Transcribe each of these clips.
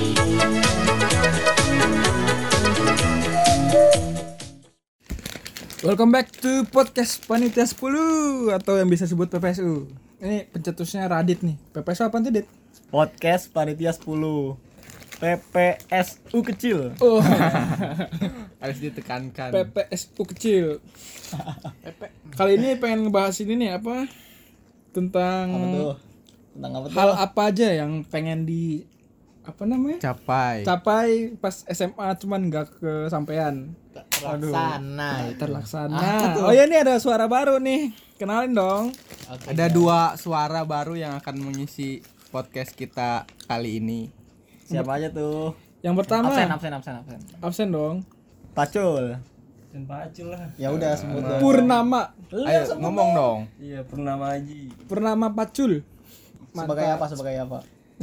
Welcome back to podcast Panitia 10 atau yang bisa disebut PPSU. Ini pencetusnya Radit nih. PPSU apa tuh, Dit? Podcast Panitia 10 PPSU kecil. Oh, Harus ditekankan. PPSU kecil. Kali ini pengen ngebahas ini nih apa? Tentang Apa tuh? Tentang apa tuh? hal apa aja yang pengen capai pas SMA cuman nggak kesampaian. Terlaksana. Oh ya, ini ada suara baru nih. Kenalin dong. Ada 2 suara baru yang akan mengisi podcast kita kali ini. Siapa aja tuh? Yang pertama absen dong. Pacul. Pacul lah. Ya udah sebut dong. Purnama. Ayo ngomong dong. Iya, Purnama Haji. Purnama Pacul. Sebagai apa?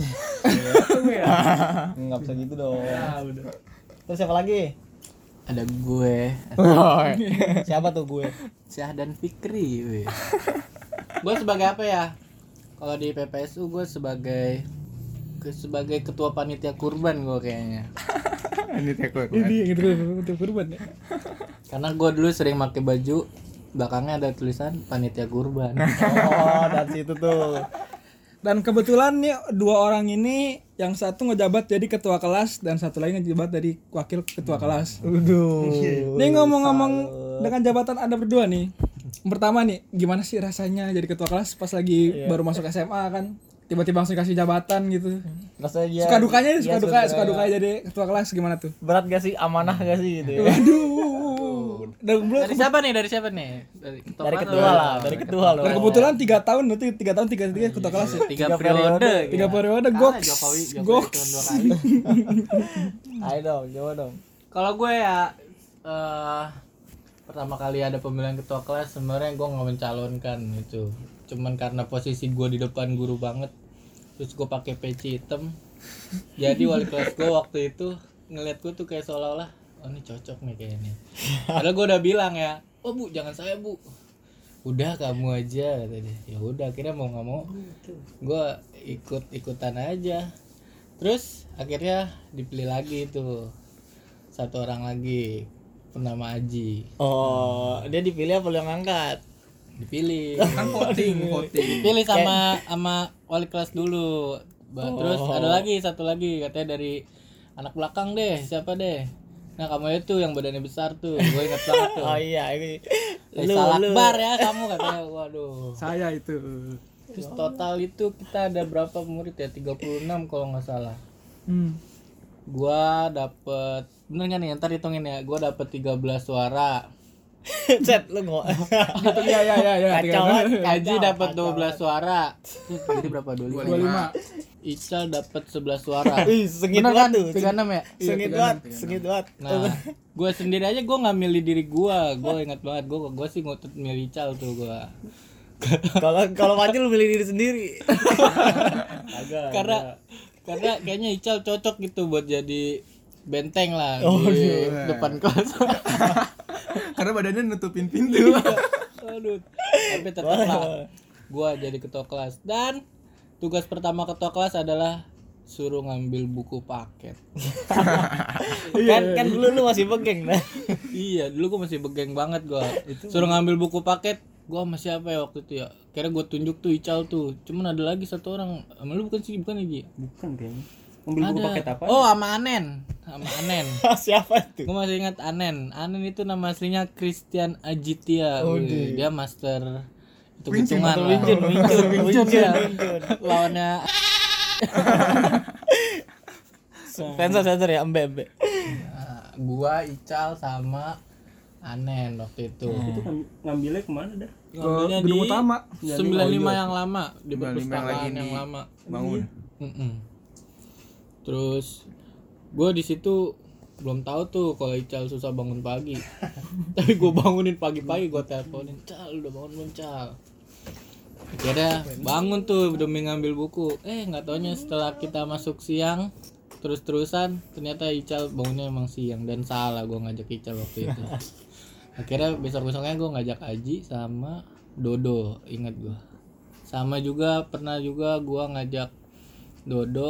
Enggak bisa gitu dong. Ya udah. Terus siapa lagi? Ada gue, Siapa tuh gue? Syahdan Fikri. Gue sebagai apa ya? Kalau di PPSU gue sebagai ketua panitia kurban gue kayaknya. Ini tekor. Ini gitu kurban ya. Karena gue dulu sering pakai baju belakangnya ada tulisan panitia kurban. Oh, dari situ tuh. Dan kebetulan nih 2 orang ini yang satu ngejabat jadi ketua kelas dan satu lagi ngejabat dari wakil ketua kelas. Waduh. Nih ngomong-ngomong dengan jabatan Anda berdua nih. Pertama nih, gimana sih rasanya jadi ketua kelas pas lagi baru masuk SMA kan? Tiba-tiba langsung kasih jabatan gitu. Rasanya Suka dukanya jadi ketua kelas gimana tuh? berat gak sih? Amanah gak sih gitu ya? Waduh. Dari siapa nih? Dari ketua loh. Dan kebetulan 3 tahun berarti 3 tahun 3 ketua kelas ya. 3 periode. 3 periode goks. Jokowi cuma 2 kali. Ayo dong, coba dong. Kalau gue ya pertama kali ada pemilihan ketua kelas sebenarnya gue nggak mencalonkan itu, cuman karena posisi gue di depan guru banget, terus gue pakai peci hitam, jadi wali kelas gue waktu itu ngeliat gue tuh kayak seolah-olah oh ini cocok nih kayaknya. Padahal gue udah bilang ya, oh bu jangan saya bu, udah kamu aja kata dia. Ya udah akhirnya mau nggak mau gue ikutan aja, terus akhirnya dipilih lagi tuh 1 orang lagi. Purnama Haji. Oh, dia dipilih apa lu yang ngangkat? Dipilih. Kan voting. Dipilih sama wali kelas dulu. Terus ada satu lagi katanya dari anak belakang deh, siapa deh? Nah, kamu itu yang badannya besar tuh. Gue ingat banget tuh. Oh iya, ini. Salah bar ya kamu katanya. Waduh. Saya itu. Terus total itu kita ada berapa murid ya? 36 kalau enggak salah. Gua dapet, bener gak nih, ntar hitungin ya. Gua dapet 13 suara. Set lu ngomong. Gitu ya. Kacau. Haji dapet 12 suara. Jadi berapa? 25. Ical dapet 11 suara. Ih, sengit Bener kan? banget tuh. 36 ya? Sengit banget. Nah, gua sendiri aja gua enggak milih diri gua. Gua ingat banget gua sih ngutut milih Ical tuh gua. Kalau mati lu milih diri sendiri. Karena kayaknya Ical cocok gitu buat jadi benteng lah di depan kelas. Karena badannya nutupin pintu. Aduh. Tapi tetap lah gua jadi ketua kelas dan tugas pertama ketua kelas adalah suruh ngambil buku paket. kan dulu lu masih begeng nah. Iya, dulu gua masih begeng banget gua. Suruh ngambil buku paket. Gua sama siapa ya waktu itu ya? Kira gua tunjuk tuh Ical tuh. Cuman ada lagi 1 orang. Sama lu bukan Ji? Bukan kayaknya. Ngambil buku paket apa? Oh, sama Anen. Siapa tuh? Gue masih ingat Anen itu nama aslinya Christian Ajitia. Dia master hitung-hitungan lah. Wincun ya. Lawannya Sensor ya, embe. gua Ical sama Anen waktu itu. Itu kan ngambilnya kemana dah? Ngambilnya di gedung utama 95 yang lama, di 95 perpustakaan yang yang lama. Bangun. Terus gue di situ belum tahu tuh kalau Ical susah bangun pagi. Tapi gue bangunin pagi-pagi, gue teleponin, Cal udah bangun belum Cal? Akhirnya bangun tuh demi ngambil buku. Nggak taunya setelah kita masuk siang terus-terusan ternyata Ical bangunnya emang siang dan salah gue ngajak Ical waktu itu. Akhirnya besok-besoknya gue ngajak Aji sama Dodo, ingat gue. Sama juga pernah juga gue ngajak Dodo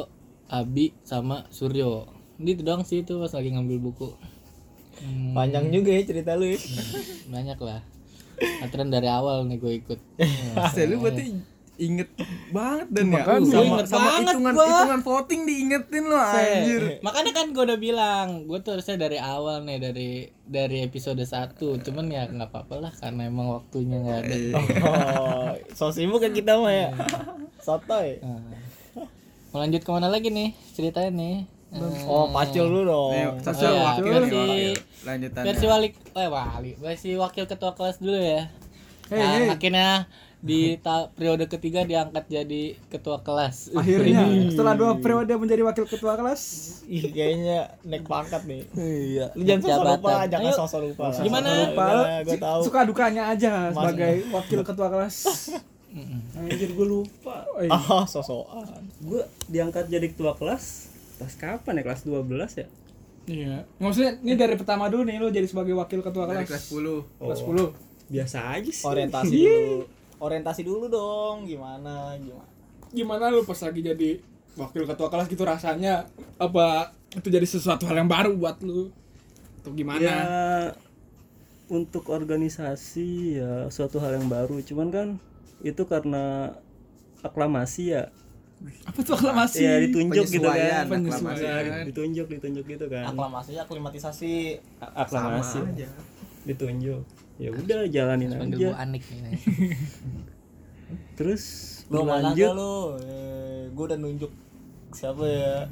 Abi sama Suryo. Itu doang sih itu pas lagi ngambil buku. Panjang juga ya cerita lu ya. Banyak lah. Aturan dari awal nih gue ikut. Lu berarti inget banget dan ya. Makanya Sama, inget sama banget hitungan gua. hitungan voting diingetin lo anjir. Makanya kan gue udah bilang, gue tuh harusnya dari awal nih dari episode 1. Cuman ya nggak apa-apa lah karena emang waktunya nggak ada. Oh, so sibuk kan kita mah ya. Sotoy. Nah. Mau lanjut kemana lagi nih ceritanya nih? Oh, pacul lu dong. Ayo, Oh, iya, wakil versi- nih, wakil. Lanjutannya. versi wakil ketua kelas dulu ya. Hey. Akhirnya di periode ketiga diangkat jadi ketua kelas. Akhirnya setelah 2 periode menjadi wakil ketua kelas. Ih, kayaknya naik pangkat nih. Iya. Lu jangan sosok lupa, Jabatan. jangan Ayo. sosok lupa. Gimana? Gue tahu. Suka dukanya aja sebagai wakil ketua kelas. Anjir gue lupa. Ah, sosokan. Gue diangkat jadi ketua kelas pas kapan ya? Kelas 12 ya? Iya. Maksudnya ini dari pertama dulu nih lu jadi sebagai wakil ketua Dari kelas. kelas 10. Kelas 10. Biasa aja sih. Orientasi dulu dong, gimana? Gimana lu pas lagi jadi wakil ketua kelas gitu rasanya? Apa itu jadi sesuatu hal yang baru buat lu? Atau gimana? Ya untuk organisasi ya suatu hal yang baru. Cuman kan itu karena aklamasi ya. Apa tuh aklamasi? Ya ditunjuk gitu Penyesuaian, kan. aklamasi. Nah, ditunjuk gitu kan. Aklimatisasi. Aklamasi. Sama aja. Ditunjuk. Ya udah jalanin Panggil gue aja. Anik nih. Terus Lu mana lanjut. gak lu? Gue udah nunjuk siapa ya?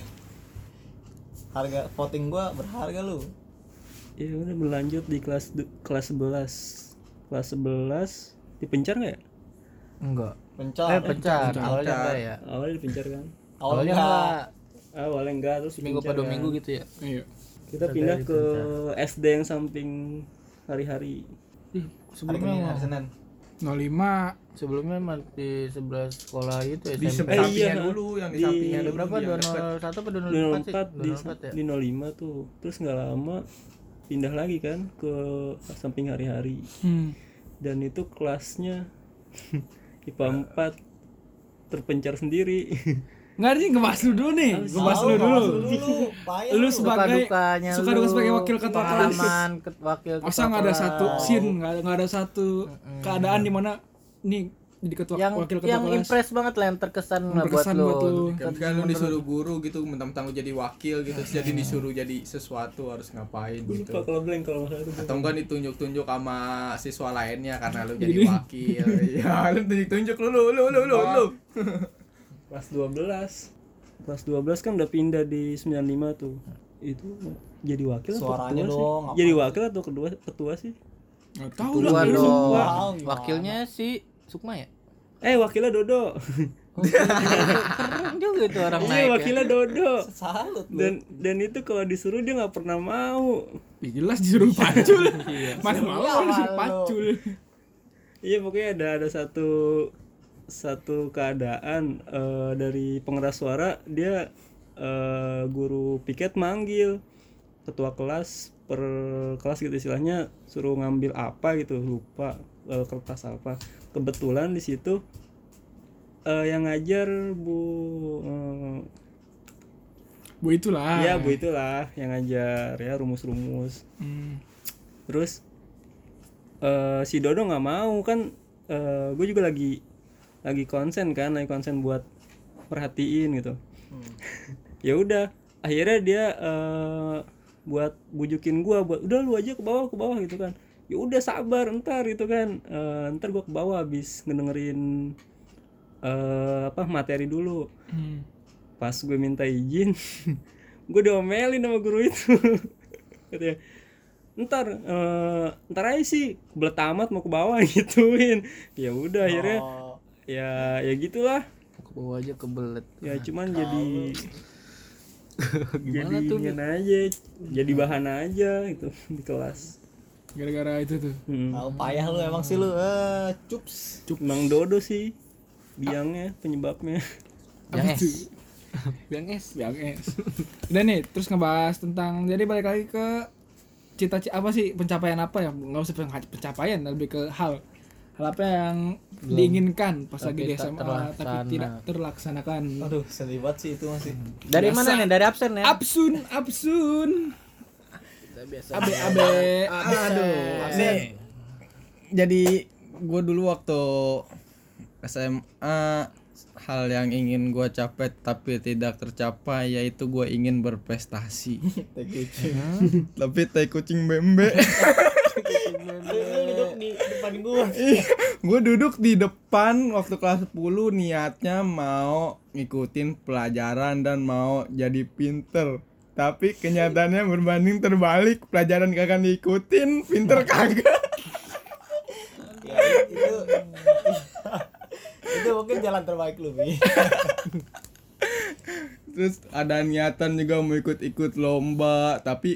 Harga voting gue berharga lu. Ya udah berlanjut di kelas 11. Kelas 11 dipencar enggak ya? Enggak. Pencar. Pencar. Awalnya enggak ya. Awalnya dipencar kan? Awalnya enggak. Awalnya enggak terus Seminggu dipencar apa 2 kan. minggu gitu ya. Iya. Kita pindah ke SD yang samping hari-hari. Sebelumnya Hari Senin. 05. sebelumnya mah di sebelah sekolah itu Di SMP. sampingnya iya. dulu yang di Di- sampingnya Ada dulu berapa? yang dekat. 201 apa 204 sih? 04 204 ya. di 05 tuh. Terus nggak lama pindah lagi kan ke samping hari-hari. Dan itu kelasnya IPA 4 terpencar sendiri. Nggak nih ngebahas lu dulu nih. Ngebahas lu dulu. Payah Lu lu. sebagai Suka-dukanya suka lu, duka sebagai wakil ketua kelas. pengalaman wakil ketua Masa nggak ada kelas. satu scene, nggak ada satu keadaan di mana nih jadi ketua yang wakil ketua yang kelas. impress banget lah, yang terkesan lah buat Berkesan lu. buat lu. Ketika lu disuruh guru gitu, mentang-mentang lu jadi wakil gitu, terus jadi disuruh jadi sesuatu harus ngapain Gue gitu. lupa kalau blank kalau masalah itu. Atau enggak ditunjuk-tunjuk sama siswa lainnya karena lu jadi wakil. Ya, lu tunjuk-tunjuk lu. Kelas 12. Kelas 12 kan udah pindah di 95 tuh. Itu jadi wakil atau Suaranya ketua dong, sih? Jadi wakil atau ketua sih? Nggak tahu Ketua lah. dong. Wow, Wakilnya si Sukma ya? Wakilnya Dodo. Keren juga itu orang Iya, naik. wakilnya Dodo. salut lu. Dan itu kalau disuruh dia nggak pernah mau. Ya jelas disuruh pacul. Mana mau Iya, orang disuruh lu. pacul. Iya pokoknya ada satu keadaan dari pengeras suara dia guru piket manggil ketua kelas per kelas gitu istilahnya, suruh ngambil apa gitu lupa kertas apa. Kebetulan di situ yang ngajar Bu itulah. ya bu itulah yang ngajar ya rumus-rumus. Terus si Dodo nggak mau kan, gue juga lagi konsen buat perhatiin gitu. Ya udah akhirnya dia buat bujukin gue buat udah lu aja ke bawah gitu kan. Ya udah sabar ntar gitu kan, ntar gue ke bawah habis ngedengerin materi dulu. Pas gue minta izin gue diomelin sama guru itu. Katanya ntar aja sih kebelet amat mau ke bawah gituin. Ya udah akhirnya ya gitulah Ke bawah aja kebelet. ya, cuman jadi Gimana jadi tuh? inian aja, jadi bahan aja gitu di kelas. Gara-gara itu tuh. Tahu payah lu emang sih lu. Cups. Emang Dodo sih biangnya, penyebabnya. Yang Apa S. tuh? Yang S. Yang es. Udah nih, terus ngebahas tentang, jadi balik lagi ke cita-cita apa sih, pencapaian apa ya? Nggak usah pencapaian, lebih ke hal. Hal apa yang diinginkan pas lagi di tak SMA tapi terlaksana. tidak terlaksanakan? Aduh, sedih banget sih itu masih. Dari Biasa. mana nih? Dari absen ya? Absun. Abe. Aduh. Nih, jadi gue dulu waktu SMA hal yang ingin gue capai tapi tidak tercapai yaitu gue ingin berprestasi. Tapi tai kucing bembe. Duduk di depan gua. Gue duduk di depan waktu kelas 10 niatnya mau ngikutin pelajaran dan mau jadi pinter. Tapi kenyataannya berbanding terbalik, pelajaran kagak diikutin, pinter kagak. Ya, itu mungkin jalan terbaik lu, Bi. Terus ada niatan juga mau ikut-ikut lomba, tapi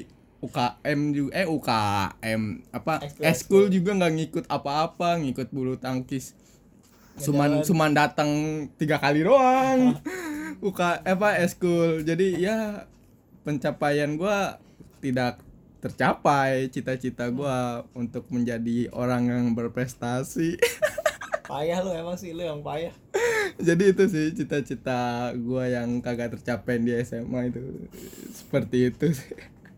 UKM apa eskul juga nggak ngikut apa-apa, ngikut bulu tangkis. Cuman datang 3 kali doang. Eskul. Jadi ya pencapaian gua tidak tercapai, cita-cita gua untuk menjadi orang yang berprestasi. Payah lu emang sih, lu yang payah. Jadi itu sih cita-cita gua yang kagak tercapai di SMA itu. Seperti itu sih.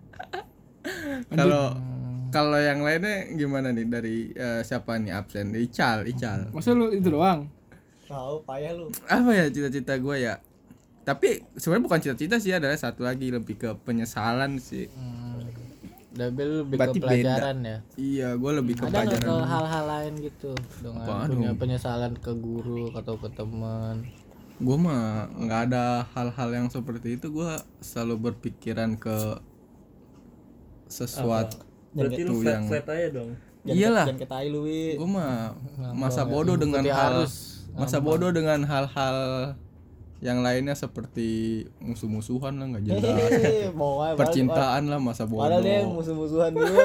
Kalau yang lainnya gimana nih dari siapa nih absen? Ical. Masa lu itu doang? Tahu payah lu. Apa ya cita-cita gua ya? Tapi sebenarnya bukan cita-cita sih, adalah satu lagi lebih ke penyesalan sih. Lebih Berarti ke pelajaran ya. Iya, gue lebih ke Ada nggak ke pelajaran. hal-hal lain gitu dengan Apaan punya dong? penyesalan ke guru atau ke teman? Gue mah nggak ada hal-hal yang seperti itu. Gue selalu berpikiran ke sesuatu Berarti lu yang flat aja dong. iyalah. Jangan ketai lu, Wi. Gue mah masa bodoh dengan Ikuti hal arus. bodoh dengan hal-hal yang lainnya seperti musuh-musuhan lah, nggak jelas. Percintaan lah, masa Padahal dia bodoh. musuh-musuhan dulu.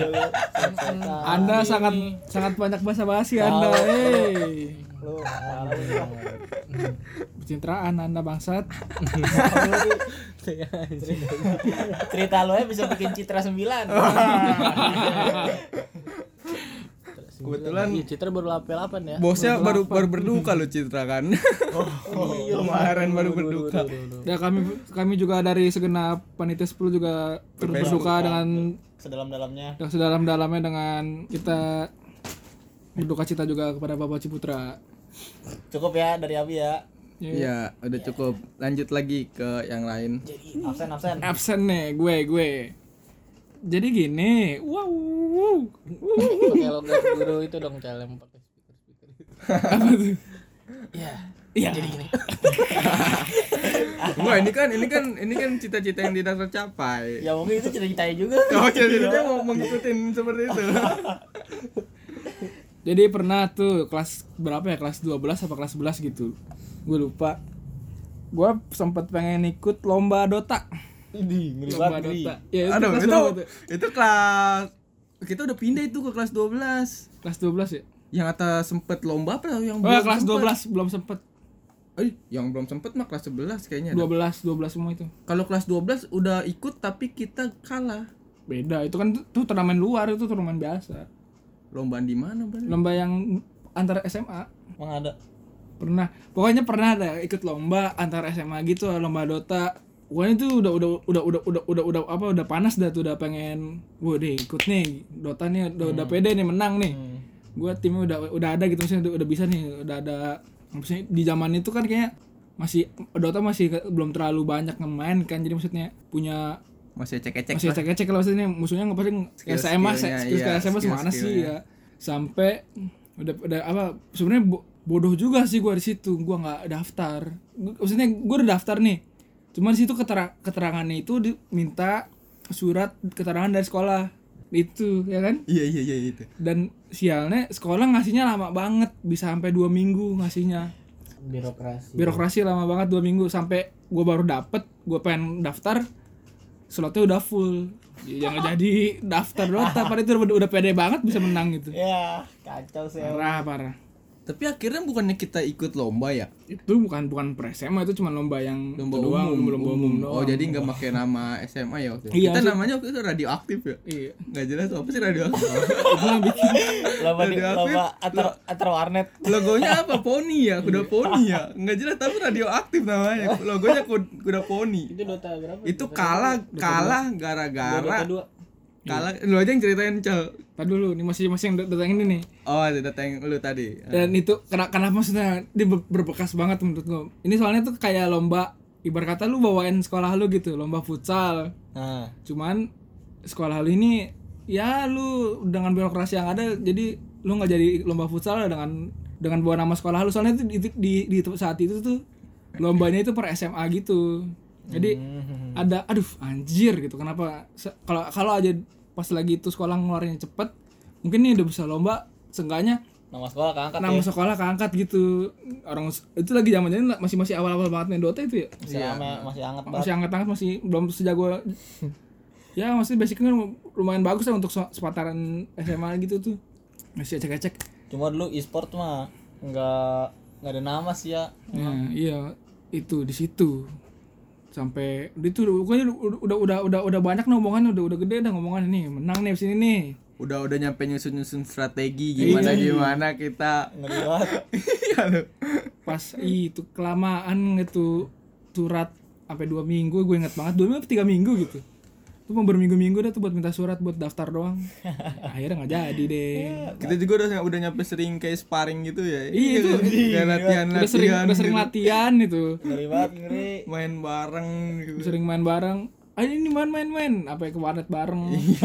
Anda sangat banyak basa-basi Anda. Lu Pencitraan Anda bangsat. cerita lu bisa bikin Citra 9. Kebetulan Iya, Citra baru lapel-lapan ya. bosnya baru berduka lo, Citra kan. Kemarin baru berduka. Ya kami juga dari segenap panitia 10 juga turut berduka dengan Sedalam-dalamnya. yang sedalam-dalamnya dengan kita berduka cita juga kepada Bapak Ciputra. Cukup ya dari Abi ya. Iya, udah cukup. Lanjut lagi ke yang lain. Absen. Absen nih gue. Jadi gini, wow. Pakai logo guru itu dong, Cal, yang pakai speaker. Apa tuh? Iya. Jadi gini. Enggak, ini kan cita-cita yang tidak tercapai. Ya mungkin itu ceritanya juga. Kalau cita-cita mau ngikutin seperti itu. Jadi pernah tuh kelas berapa ya? Kelas 12 apa kelas 11 gitu. Gue lupa. Gue sempat pengen ikut lomba Dota. Ngeri Lomba banget. Dota. Ya, Aduh, kelas berapa tuh? itu kelas kita udah pindah itu ke kelas 12. Kelas 12 ya? Yang atas sempet lomba apa yang Oh, belum kelas sempet? 12 belum sempet. Yang belum sempet mah kelas 11 kayaknya. 12 semua itu. Kalau kelas 12 udah ikut tapi kita kalah. Beda, itu kan tuh turnamen luar, itu turnamen biasa. Lombaan di mana, Bang? Lomba yang antar SMA. Emang ada. Pokoknya pernah ada ikut lomba antar SMA gitu, lomba Dota. Pokoknya itu udah panas dah tuh, udah pengen gue deh ikut nih Dota nih, udah pede nih menang nih. Gue timnya udah ada gitu, maksudnya udah bisa nih, udah ada. Maksudnya di zaman itu kan kayak Dota masih belum terlalu banyak ngemain kan, jadi maksudnya punya Masih cek-cek masih cek-cek lah, maksudnya musuhnya ngapain SMA semana sih ya. Sampai udah apa sebenarnya bodoh juga sih gue di situ, gue nggak daftar. Maksudnya gue udah daftar nih, cuma di situ keterangannya itu diminta surat keterangan dari sekolah itu, ya kan? Iya itu. Dan sialnya sekolah ngasihnya lama banget, bisa sampai 2 minggu ngasihnya. Birokrasi lama banget, 2 minggu, sampai gue baru dapet, gue pengen daftar, slotnya udah full. Jangan jadi daftar Dota, padahal itu udah pede banget bisa menang gitu. Ya, kacau sih. Parah. Tapi akhirnya bukannya kita ikut lomba ya? Itu bukan per SMA, itu cuma lomba yang Lomba itu doang, umum. lomba umum Oh, doang. jadi enggak pakai nama SMA ya waktu itu. Iya, Kita sih. namanya waktu itu radioaktif ya. Iya. Enggak jelas apa sih radioaktif. Itu yang bikin Lomba antar warnet. Logonya apa? Poni ya, kuda poni ya. Enggak jelas tapi radioaktif namanya. Logonya kuda poni. Itu Dota berapa? Itu kalah gara-gara lu aja yang ceritain, Cal. Tadi dulu, ini masih yang datang ini nih. Oh, ada data yang lu tadi. Dan itu kenapa maksudnya dia berbekas banget menurut gua. Ini soalnya tuh kayak lomba, ibarat kata lu bawain sekolah lu gitu, lomba futsal. Nah, Cuman sekolah lu ini ya lu dengan birokrasi yang ada, jadi lu nggak jadi lomba futsal dengan bawa nama sekolah lu, soalnya itu di saat itu tuh lombanya itu per SMA gitu. Jadi ada aduh anjir gitu, kenapa kalau aja pas lagi itu sekolah ngeluarinnya cepet, mungkin nih udah bisa lomba, seenggaknya nama sekolah keangkat nama sekolah keangkat gitu. Orang itu lagi zamannya masih awal-awal banget main Dota itu ya. Masih hangat banget. Masih hangat-hangat, masih belum sejago. Ya maksudnya basicnya lumayan bagus lah untuk sepataran SMA gitu tuh. Masih ecek-ecek. Cuma dulu e-sport mah enggak ada nama sih ya. Nah, iya itu di situ. Sampai itu pokoknya udah banyak nih omongan, udah gede dah ngomongan ini. Menang nih sini nih. Udah nyampe nyusun strategi gimana kita. Ngeri banget. Iya lu. Pas itu kelamaan gitu surat sampai 2 minggu, gue inget banget 2 minggu atau 3 minggu gitu. Itu mau berminggu-minggu dah tuh buat minta surat buat daftar doang. Akhirnya nggak jadi deh. Kita juga udah nyampe sering kayak sparring gitu ya. Iya, itu. Kayak latihan Udah sering gitu. latihan itu. Ngeri banget, ngeri. Main bareng gitu. Udah sering main bareng. Ayo ini main. Apa ya, ke warnet bareng.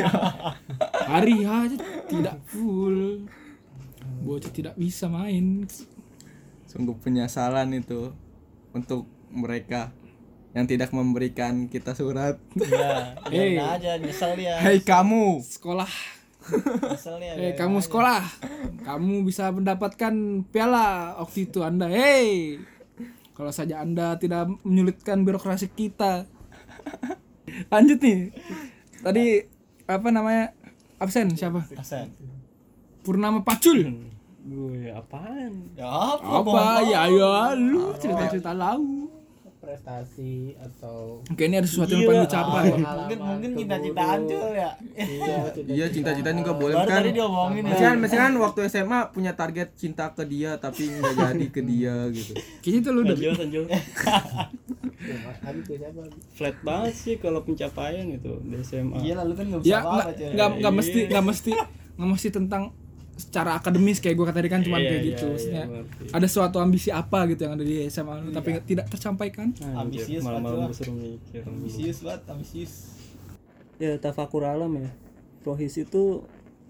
Hari aja tidak full. Bocah tidak bisa main. Sungguh penyesalan itu untuk mereka yang tidak memberikan kita surat. Ya, biarin aja nyesel dia. Hei kamu, Sekolah. Nyesel dia. Kamu sekolah. Kamu bisa mendapatkan piala waktu itu Anda. Hei. Kalau saja Anda tidak menyulitkan birokrasi kita. Lanjut nih. Tadi apa namanya? Absen siapa? Absen. Purnama Pacul. Gue apaan? Ya Apa? Ya lu cerita lalu. Prestasi atau Kayaknya ada sesuatu yang pengen dicapai. Mungkin cita-cita hancur ya. iya cinta-cinta juga boleh Baru kan. tadi diomongin ya. Misalkan waktu SMA punya target cinta ke dia tapi nggak jadi ke dia gitu. Kayaknya itu lu udah Lanjut. Abi tuh siapa? Flat banget sih kalau pencapaian itu di SMA. Iya lah, lu kan enggak bisa ya apa-apa, Coy. nggak mesti tentang secara akademis kayak gue tadi kan, cuma Iya, kayak iya, gitu. iya, Maksudnya ngerti. ada suatu ambisi apa gitu yang ada di SMA lu tapi tidak tersampaikan. Ambisius Malam-malam banget, disuruh mikir. Ambisius banget, ambisius. Ya tafakur alam ya. Rohis itu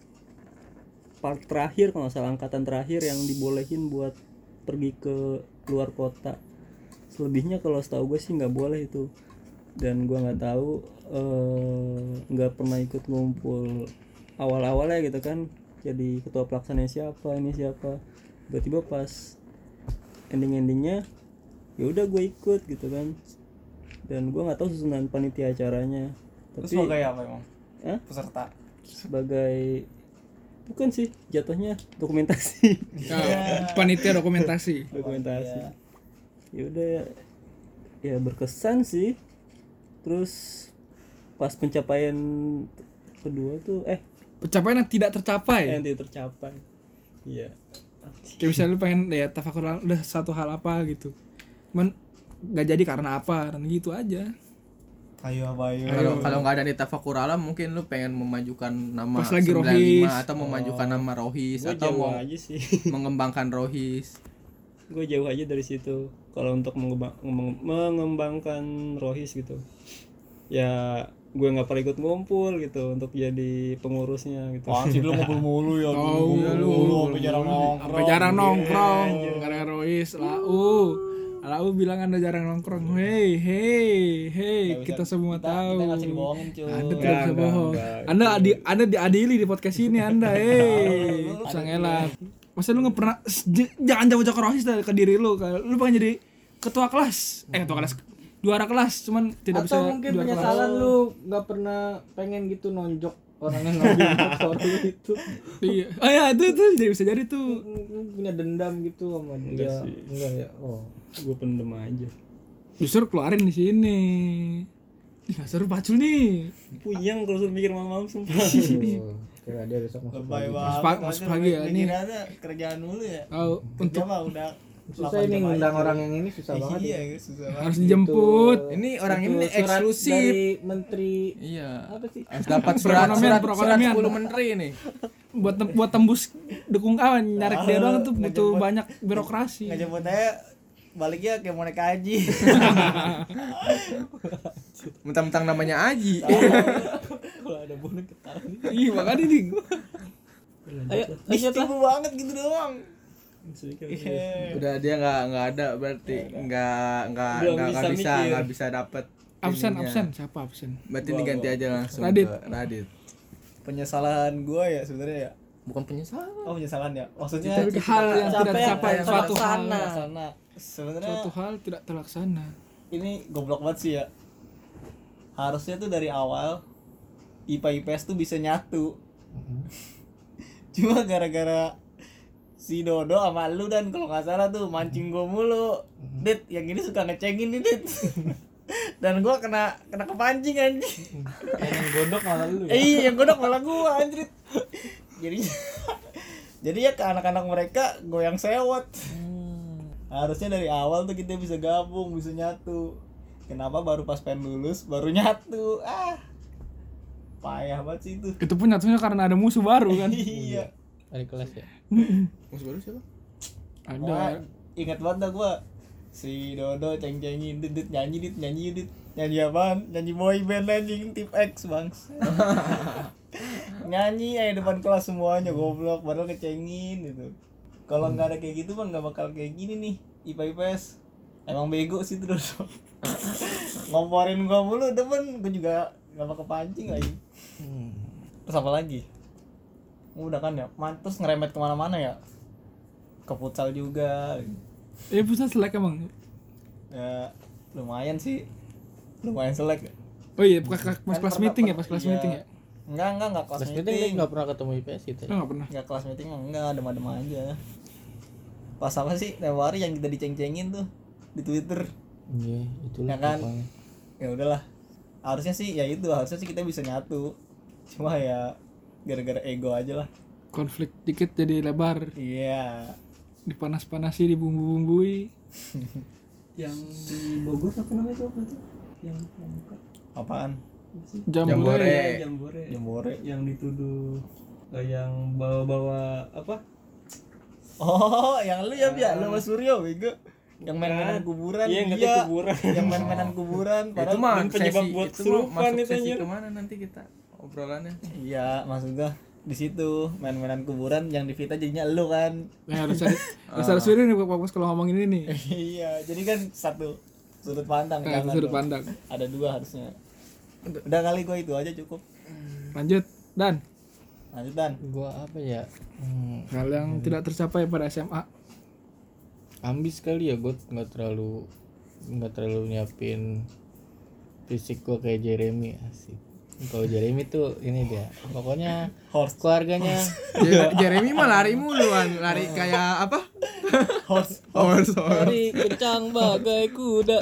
part terakhir kalau nggak salah, angkatan terakhir yang dibolehin buat pergi ke luar kota. Selebihnya kalau setahu gue sih nggak boleh itu. Dan gue nggak tahu, nggak pernah ikut ngumpul awal-awalnya gitu kan. Jadi ketua pelaksana siapa, ini siapa. Tiba-tiba pas ending-endingnya ya udah gue ikut gitu kan. Dan gue nggak tahu susunan panitia acaranya. Terus Tapi sebagai apa emang? Hah? Peserta. sebagai bukan sih jatuhnya dokumentasi. Panitia dokumentasi. Dokumentasi. Ya udah ya berkesan sih. Terus pas pencapaian kedua tuh Pencapaian yang tidak tercapai. yang tidak tercapai. Iya. Kayak misalnya lu pengen ya tafakur udah satu hal apa gitu, cuman nggak jadi karena apa, dan gitu aja. Ayo. Kalau nggak ada di tafakur alam mungkin lu pengen memajukan nama Pas lagi 95 Rohis. atau memajukan nama Rohis Gue atau jauh mau aja sih. mengembangkan Rohis. Gue jauh aja dari situ. Kalau untuk mengembangkan Rohis gitu. Ya gue nggak pernah ikut ngumpul gitu untuk jadi pengurusnya gitu. Pasti lu ngumpul mulu ya. Oh, Lu sampai jarang nongkrong. Sampai jarang nongkrong gara-gara Rohis. Lau bilang Anda jarang nongkrong. Hei, kita semua tahu. Kita nggak bisa dibohongin, cuy. Anda tidak bisa bohong. Anda diadili di podcast ini Anda. Bisa ngelak. Masa lu nggak pernah jangan jauh-jauh ke Rohis ke diri lu. Lu pengen jadi ketua kelas. Ketua kelas. Juara kelas, cuman tidak bisa Atau mungkin juara kelas. penyesalan lu nggak pernah pengen gitu nonjok orang yang ngambil motor lu itu Iya. Oh ya itu jadi bisa jadi tuh. punya dendam gitu sama dia. sih. Enggak ya. Oh. Gue pendem aja. Justru keluarin di sini. Ih, nggak seru pacul nih. Puyeng kalau suruh mikir malam-malam sumpah. Kayak dia besok masuk Lebay lagi. banget. Masuk pagi ya, ini. Pikirannya kerjaan dulu ya. Oh, Kerja untuk mah udah Susah ini ngundang orang yang ini susah banget. Iya, ya. susah banget. harus dijemput. Ini orang Itu ini surat eksklusif. dari menteri Iya. apa sih? Harus dapat surat Perekonomian. 10 menteri nih. Buat tembus dukung kawan nyarek dia doang tuh butuh ngejemput. banyak birokrasi. Ngejemput aja baliknya kayak mau naik haji. Mentang-mentang namanya Aji. Kalau ada bonus ketawa. Ih, makanya nih. Ayo, Istimewa banget gitu doang. Iya. Udah dia nggak ada berarti nggak bisa dapet Absen ininya. siapa absen? Berarti diganti aja langsung Radit. ke Radit. Penyesalan gua ya sebenarnya ya. Bukan penyesalan. Oh, penyesalan ya. Maksudnya Tapi hal yang tidak tercapai, suatu hal. sana. Sebenarnya Suatu hal tidak terlaksana. ini goblok banget sih ya. Harusnya tuh dari awal IPA IPS tuh bisa nyatu. Cuma gara-gara si Dodo sama lu dan kalau nggak salah tuh mancing gua mulu. Dit, yang ini suka ngecengin nih, Dit. Dan gua kena kepancing anjing. Yang gondok malah lu. Iya, yang godok malah gua anjir. Jadi ya ke anak-anak mereka goyang sewot. Harusnya dari awal tuh kita bisa gabung, bisa nyatu. Kenapa baru pas pengen lulus baru nyatu? Payah banget sih itu. Itu pun nyatunya karena ada musuh baru kan. Iya. Dari kelas ya. Musuh baru siapa? Wah, Ada. ingat banget dah gua. Si Dodo ceng-cengin dit nyanyi apaan? Nyanyi boy band anjing tip X, Bangs. Nyanyi aja depan kelas semuanya goblok padahal kecengin gitu. Kalau nggak ada kayak gitu mah nggak bakal kayak gini nih IPA IPS. Emang bego sih itu Dodo. Ngomporin gua mulu demen, gua juga nggak bakal pancing lagi. Terus apa lagi? Udah kan ya, terus ngeremet kemana-mana ya. Ke futsal juga. Pusat selek emang. Ya lumayan sih. Lumayan selek. Oh iya, pas kelas pernah- meeting ya, pas kelas iya. meeting ya. Enggak kelas Kelas meeting. meeting enggak pernah ketemu IPS gitu. Enggak pernah. Enggak kelas meeting mah enggak, adem-adem aja. Pas apa sih tempo hari yang kita diceng-cengin tuh di Twitter. Iya, itulah Ya kan? pokoknya. Ya udahlah. Harusnya sih ya itu, harusnya sih kita bisa nyatu. Cuma ya gara-gara ego aja lah. Konflik dikit jadi lebar, Iya. dipanas-panasi, dibumbu-bumbui. Yang di Bogor apa namanya itu apa tuh? Yang Apaan? Jambore. Jambore. Jambore. Yang dituduh yang bawa-bawa apa? Oh, yang lu ya, Bia, lu Mas Suryo bego. Yang main-mainan kuburan. Iya, yang katanya kuburan. Yang main-mainan kuburan Itu padahal mah dan penyebab sesi buat itu mah kesurupan masuk itu, sesi anjir. kemana nanti kita obrolannya. iya, maksudnya di situ main-mainan kuburan yang di Vita jadinya lu kan. Ya harus sendiri nih fokus kalau ngomongin ini nih. Iya, jadi kan satu sudut pandang Nah, jangan sudut dong. pandang. Ada dua harusnya. Udah kali gua itu aja cukup. Lanjut, Dan. Lanjut Dan. Gua apa ya? Hal yang tidak tercapai pada SMA. Ambis kali ya, gue nggak terlalu nyiapin fisik gue kayak Jeremy asik. Kalau Jeremy tuh ini dia, pokoknya Horse. keluarganya Jeremy mah lari muluan, lari kayak apa? Horse. dari kencang bagai kuda.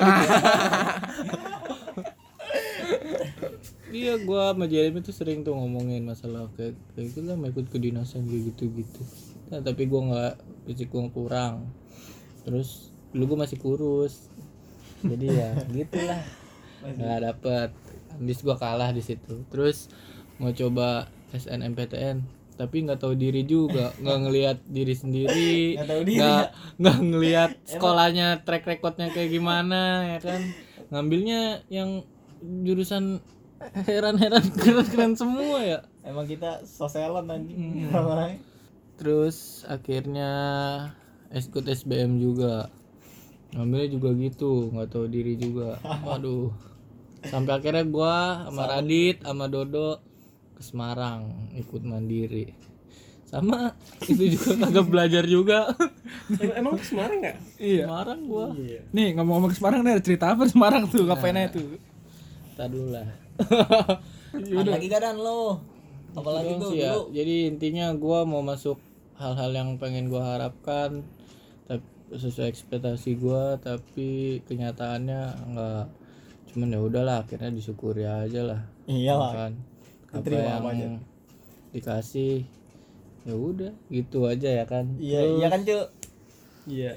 Iya, gua sama Jeremy tuh sering tuh ngomongin masalah kayak gitu lah, mau ikut kedinasan kayak gitu. Nah, tapi gua nggak, fisik gua kurang. Terus dulu gua masih kurus. Jadi ya gitulah. Nggak dapet. Habis gua kalah di situ. Terus mau coba SNMPTN, tapi nggak tahu diri juga, nggak ngelihat diri sendiri, Nggak tahu diri, nggak ngelihat sekolahnya track recordnya kayak gimana ya kan, ngambilnya yang jurusan heran-heran keren-keren semua ya. Emang kita sosialan anjing. Terus akhirnya ikut SBM juga, ngambilnya juga gitu, nggak tahu diri juga. Waduh, sampai akhirnya gua sama Radit sama Dodo ke Semarang ikut mandiri. Sama itu juga kagak belajar juga. Emang ke Semarang enggak? Iya. Semarang gua. Nih ngomong-ngomong ke Semarang nih, ada cerita apa di Semarang tuh? Ngapain aja tuh? Tadi dulu lah. Ada lagi gak Dan lo? Apalagi Gitu tuh sih ya. dulu Jadi intinya gua mau masuk hal-hal yang pengen gua harapkan tapi sesuai ekspektasi gua, tapi kenyataannya enggak. Cuman ya udahlah, akhirnya disyukuri aja lah. iyalah Kan apa Diterima yang apa aja. dikasih ya udah gitu aja ya kan. iya kan Cuk. Iya.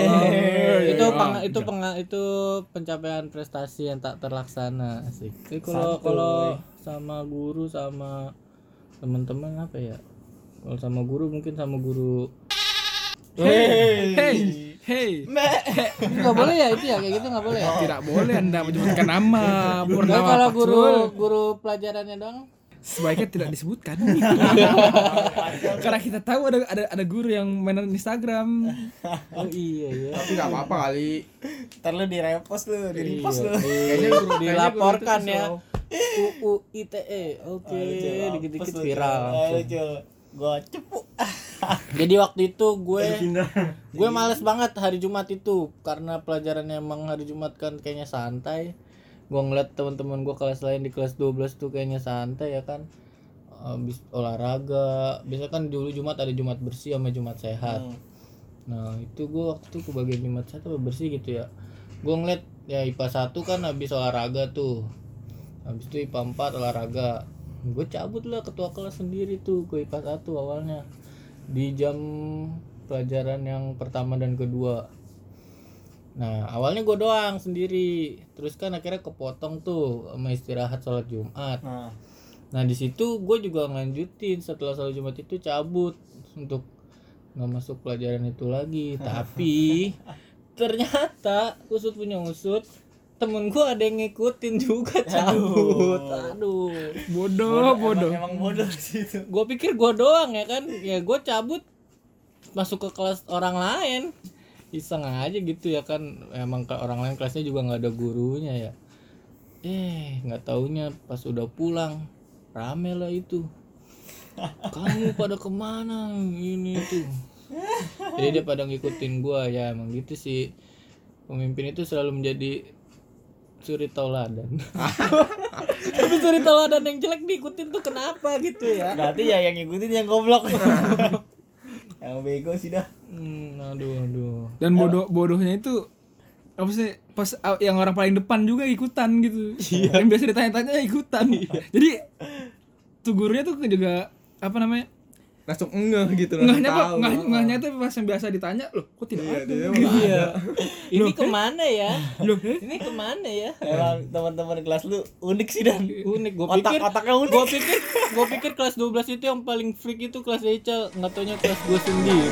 Itu pencapaian prestasi yang tak terlaksana sih. Tapi kalau Santuy. kalau sama guru sama teman-teman apa ya? Kalau sama guru mungkin sama guru Hey, nggak boleh ya itu ya kayak gitu nggak boleh ya. tidak boleh Anda menyebutkan nama Tapi Purnama kalau Pakcul. guru pelajarannya dong. Sebaiknya tidak disebutkan. Karena kita tahu ada guru yang mainan Instagram. Oh iya ya. Tapi nggak apa-apa kali. Ntar lu di-repost lu, di-repost lu. Kayaknya guru- Dilaporkan kayaknya ya. guru itu UU ITE. Oke, Ayo, Cuk, dikit-dikit hapus lu, viral. Cuk. Ayo Cuk, gua cepu. Jadi waktu itu gue males banget hari Jumat itu karena pelajarannya emang hari Jumat kan kayaknya santai. Gue ngeliat teman-teman gue kelas lain di kelas 12 tuh kayaknya santai ya kan. Habis olahraga, biasa kan dulu Jumat ada Jumat bersih sama Jumat sehat. Nah, itu gue waktu itu kebagian Jumat sehat apa bersih gitu ya. Gue ngeliat ya IPA 1 kan habis olahraga tuh. Habis itu IPA 4 olahraga. Gue cabut lah ketua kelas sendiri tuh ke IPA 1 awalnya. Di jam pelajaran yang pertama dan kedua. Nah awalnya gue doang sendiri, terus kan akhirnya kepotong tuh sama istirahat sholat Jumat. Nah di situ gue juga ngelanjutin setelah sholat Jumat itu cabut untuk nggak masuk pelajaran itu lagi. Tapi ternyata usut punya usut, temen gue ada yang ngikutin juga cabut. Aduh. Bodoh. Emang bodoh sih itu. Gue pikir gue doang ya kan, ya gue cabut masuk ke kelas orang lain iseng aja gitu ya kan, emang ke orang lain kelasnya juga nggak ada gurunya ya. Nggak taunya pas udah pulang rame lah itu, kamu pada kemana ini tuh. Jadi dia pada ngikutin gue ya, emang gitu sih, pemimpin itu selalu menjadi suri tauladan. Tapi suri tauladan yang jelek diikutin tuh kenapa gitu ya? Berarti ya yang ngikutin yang goblok. Yang bego sih dah. Aduh. Dan bodohnya itu apa sih, pas yang orang paling depan juga ikutan gitu. Yang biasa ditanya-tanya ikutan. Jadi tuh gurunya tuh juga apa namanya? langsung ngeh gitu Ngehnya tuh pas yang biasa ditanya, loh kok tidak ada? Iya. Ini kemana ya? Ini kemana ya? Emang teman-teman kelas lu unik sih dan. Unik. Otak-otaknya unik. Gue pikir kelas 12 itu yang paling freak itu kelas Eca, nggak taunya kelas gue sendiri.